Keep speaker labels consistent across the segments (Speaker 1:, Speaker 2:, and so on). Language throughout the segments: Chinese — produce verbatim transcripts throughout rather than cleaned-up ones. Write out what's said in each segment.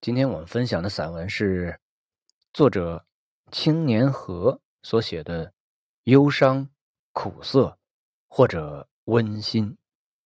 Speaker 1: 今天我们分享的散文是作者青年河所写的忧伤、苦涩或者温馨。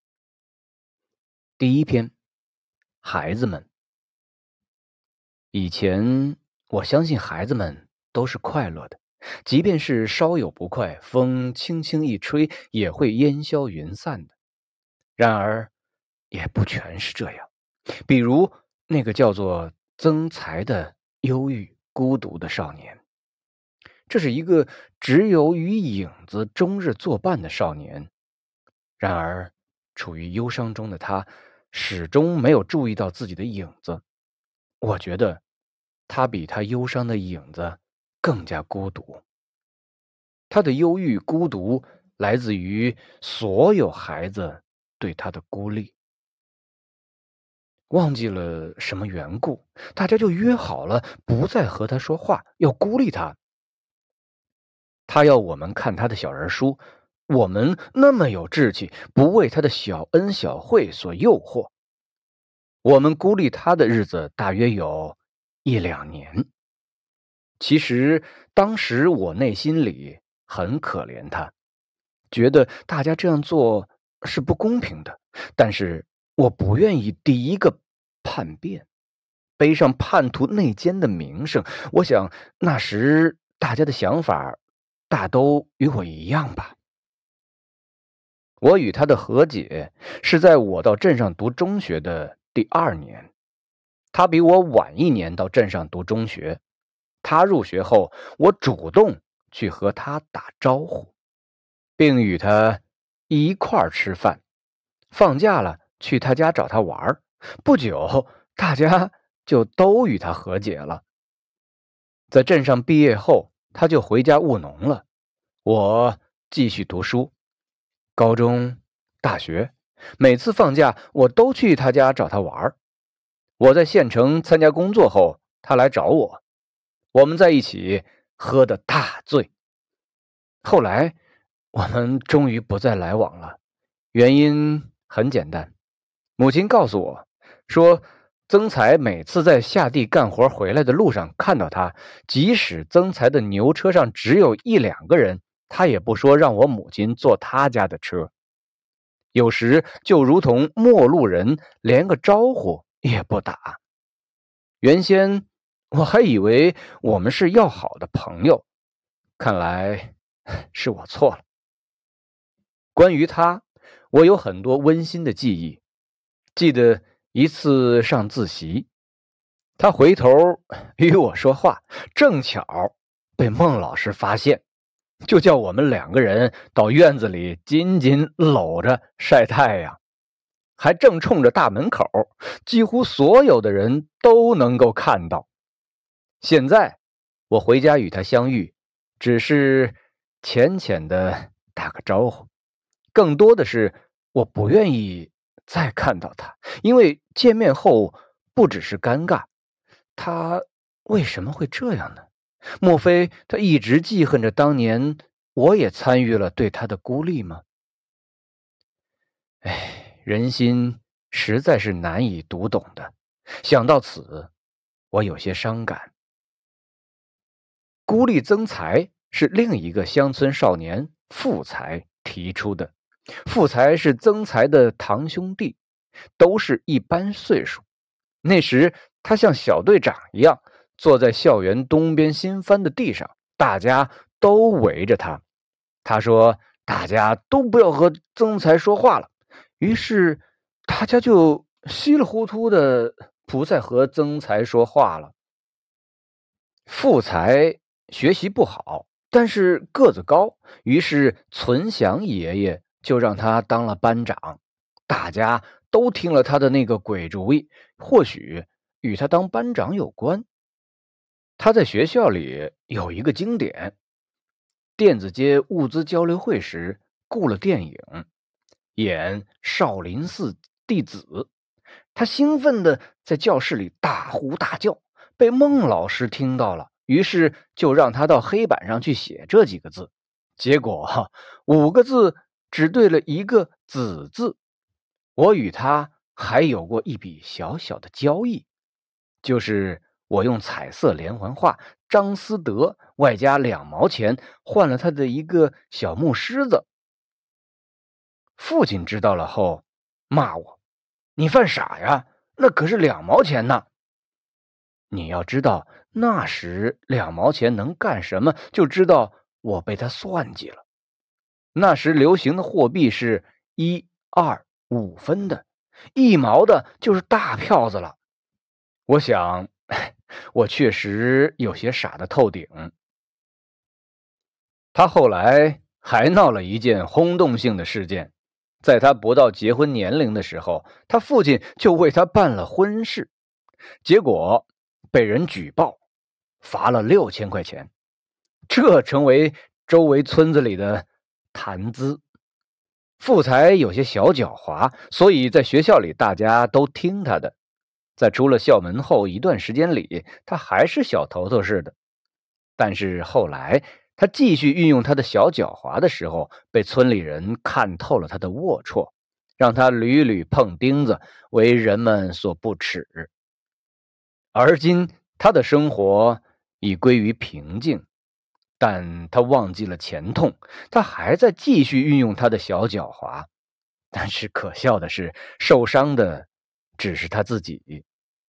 Speaker 1: 第一篇，孩子们。以前我相信孩子们都是快乐的，即便是稍有不快，风轻轻一吹也会烟消云散的。然而也不全是这样，比如那个叫做曾才的忧郁孤独的少年。这是一个只有与影子终日作伴的少年，然而处于忧伤中的他始终没有注意到自己的影子。我觉得他比他忧伤的影子更加孤独。他的忧郁孤独来自于所有孩子对他的孤立。忘记了什么缘故，大家就约好了不再和他说话，要孤立他。他要我们看他的小人书，我们那么有志气，不为他的小恩小惠所诱惑。我们孤立他的日子大约有一两年。其实当时我内心里很可怜他，觉得大家这样做是不公平的，但是我不愿意第一个叛变，背上叛徒内奸的名声。我想那时大家的想法大都与我一样吧。我与他的和解是在我到镇上读中学的第二年，他比我晚一年到镇上读中学。他入学后，我主动去和他打招呼，并与他一块儿吃饭。放假了，去他家找他玩。不久，大家就都与他和解了。在镇上毕业后，他就回家务农了。我继续读书，高中、大学，每次放假我都去他家找他玩。我在县城参加工作后，他来找我，我们在一起喝得大醉。后来我们终于不再来往了，原因很简单，母亲告诉我说，曾才每次在下地干活回来的路上看到他，即使曾才的牛车上只有一两个人，他也不说让我母亲坐他家的车，有时就如同陌路人，连个招呼也不打。原先我还以为我们是要好的朋友，看来是我错了。关于他，我有很多温馨的记忆。记得一次上自习，他回头与我说话，正巧被孟老师发现，就叫我们两个人到院子里紧紧搂着晒太阳，还正冲着大门口，几乎所有的人都能够看到。现在我回家与他相遇，只是浅浅的打个招呼，更多的是我不愿意再看到他，因为见面后不只是尴尬。他为什么会这样呢？莫非他一直记恨着当年我也参与了对他的孤立吗？唉，人心实在是难以读懂的。想到此，我有些伤感。孤立曾才是另一个乡村少年富才提出的。富才是曾才的堂兄弟，都是一般岁数。那时他像小队长一样坐在校园东边新翻的地上，大家都围着他。他说大家都不要和曾才说话了，于是大家就稀里糊涂的不再和曾才说话了。富才学习不好，但是个子高，于是存祥爷爷就让他当了班长。大家都听了他的那个鬼主意，或许与他当班长有关。他在学校里有一个经典，电子街物资交流会时雇了电影，演少林寺弟子。他兴奋地在教室里大呼大叫，被孟老师听到了，于是就让他到黑板上去写这几个字。结果哈，五个字只对了一个子字。我与他还有过一笔小小的交易， 就是我用彩色连环画张思德外加两毛钱换了他的一个小木狮子。父亲知道了后骂我：“你犯傻呀，那可是两毛钱呢！”你要知道那时两毛钱能干什么，就知道我被他算计了。那时流行的货币是一、二、五分的，一毛的就是大票子了。我想，我确实有些傻得透顶。他后来还闹了一件轰动性的事件，在他不到结婚年龄的时候，他父亲就为他办了婚事，结果被人举报，罚了六千块钱，这成为周围村子里的谈资。富才有些小狡猾，所以在学校里大家都听他的。在出了校门后一段时间里，他还是小头头似的。但是后来他继续运用他的小狡猾的时候，被村里人看透了他的龌龊，让他屡屡碰钉子，为人们所不齿。而今他的生活已归于平静，但他忘记了前痛，他还在继续运用他的小狡猾。但是可笑的是，受伤的只是他自己。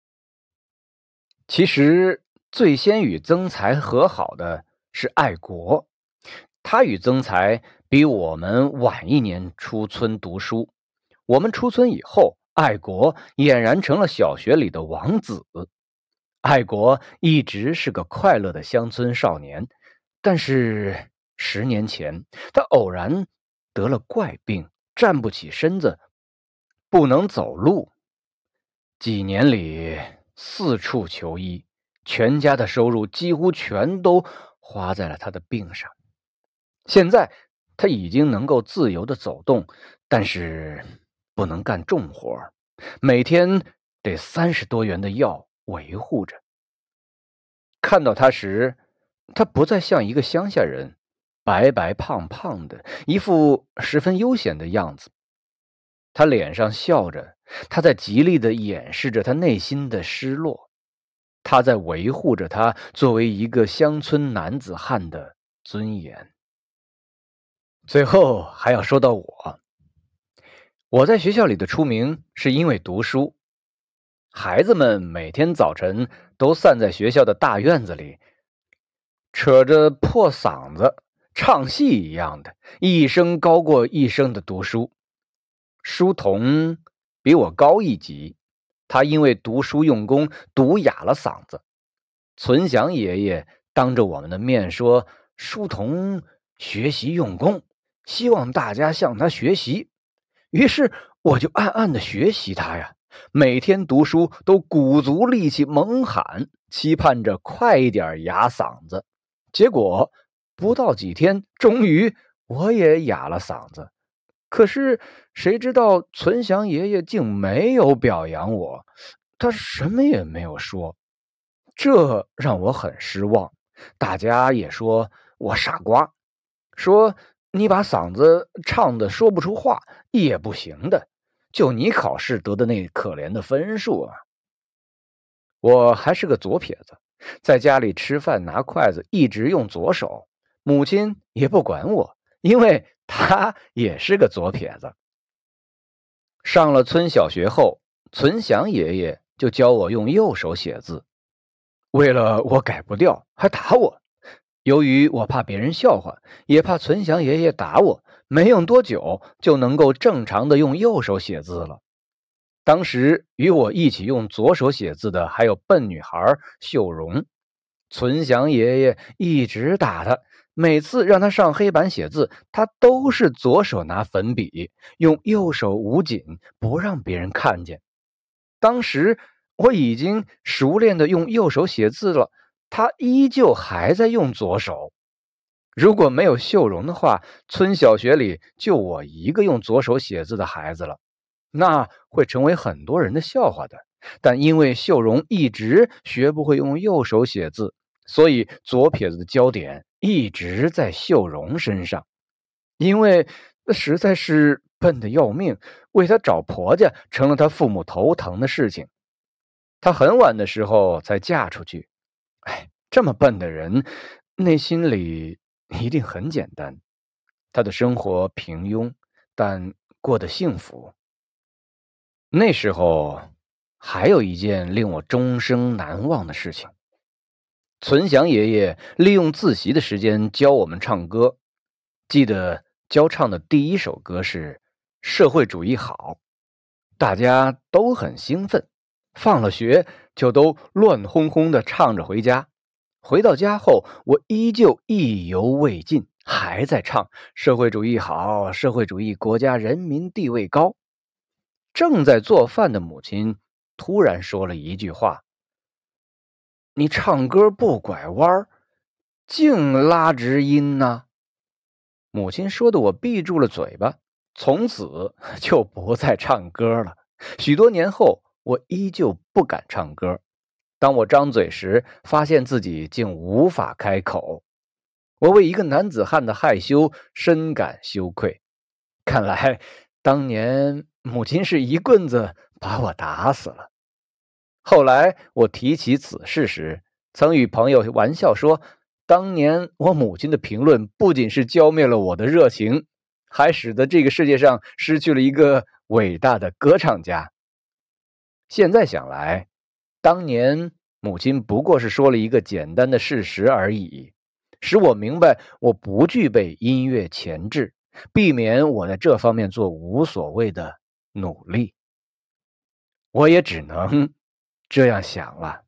Speaker 1: 其实最先与曾才和好的是爱国，他与曾才比我们晚一年出村读书。我们出村以后，爱国俨然成了小学里的王子。爱国一直是个快乐的乡村少年，但是十年前他偶然得了怪病，站不起身子，不能走路。几年里四处求医，全家的收入几乎全都花在了他的病上。现在他已经能够自由的走动，但是不能干重活，每天得三十多元的药维护着。看到他时，他不再像一个乡下人，白白胖胖的，一副十分悠闲的样子。他脸上笑着，他在极力地掩饰着他内心的失落，他在维护着他作为一个乡村男子汉的尊严。最后还要说到我，我在学校里的出名是因为读书。孩子们每天早晨都散在学校的大院子里，扯着破嗓子，唱戏一样的，一声高过一声的读书。书童比我高一级，他因为读书用功，读哑了嗓子。存祥爷爷当着我们的面说，书童学习用功，希望大家向他学习。于是我就暗暗的学习他呀，每天读书都鼓足力气猛喊，期盼着快一点哑嗓子。结果不到几天，终于我也哑了嗓子。可是谁知道存祥爷爷竟没有表扬我，他什么也没有说，这让我很失望。大家也说我傻瓜，说你把嗓子唱得说不出话也不行的，就你考试得的那可怜的分数啊。我还是个左撇子，在家里吃饭拿筷子一直用左手，母亲也不管我，因为他也是个左撇子。上了村小学后，存祥爷爷就教我用右手写字，为了我改不掉，还打我。由于我怕别人笑话，也怕存祥爷爷打我，没用多久就能够正常的用右手写字了。当时与我一起用左手写字的还有笨女孩秀荣，存祥爷爷一直打他，每次让他上黑板写字，他都是左手拿粉笔，用右手捂紧，不让别人看见。当时我已经熟练的用右手写字了，他依旧还在用左手。如果没有秀荣的话，村小学里就我一个用左手写字的孩子了，那会成为很多人的笑话的。但因为秀荣一直学不会用右手写字，所以左撇子的焦点一直在秀荣身上。因为那实在是笨得要命，为他找婆家成了他父母头疼的事情。 她很晚的时候才嫁出去。哎，这么笨的人，内心里一定很简单。她的生活平庸，但过得幸福。那时候，还有一件令我终生难忘的事情。存祥爷爷利用自习的时间教我们唱歌，记得教唱的第一首歌是《社会主义好》，大家都很兴奋，放了学就都乱哄哄地唱着回家。回到家后，我依旧意犹未尽，还在唱“社会主义好，社会主义国家人民地位高”。正在做饭的母亲突然说了一句话：“你唱歌不拐弯，净拉直音呢。”母亲说的我闭住了嘴巴，从此就不再唱歌了。许多年后，我依旧不敢唱歌。当我张嘴时，发现自己竟无法开口。我为一个男子汉的害羞深感羞愧。看来当年母亲是一棍子把我打死了。后来我提起此事时，曾与朋友玩笑说，当年我母亲的评论不仅是浇灭了我的热情，还使得这个世界上失去了一个伟大的歌唱家。现在想来，当年母亲不过是说了一个简单的事实而已，使我明白我不具备音乐潜质，避免我在这方面做无所谓的努力。我也只能这样想了。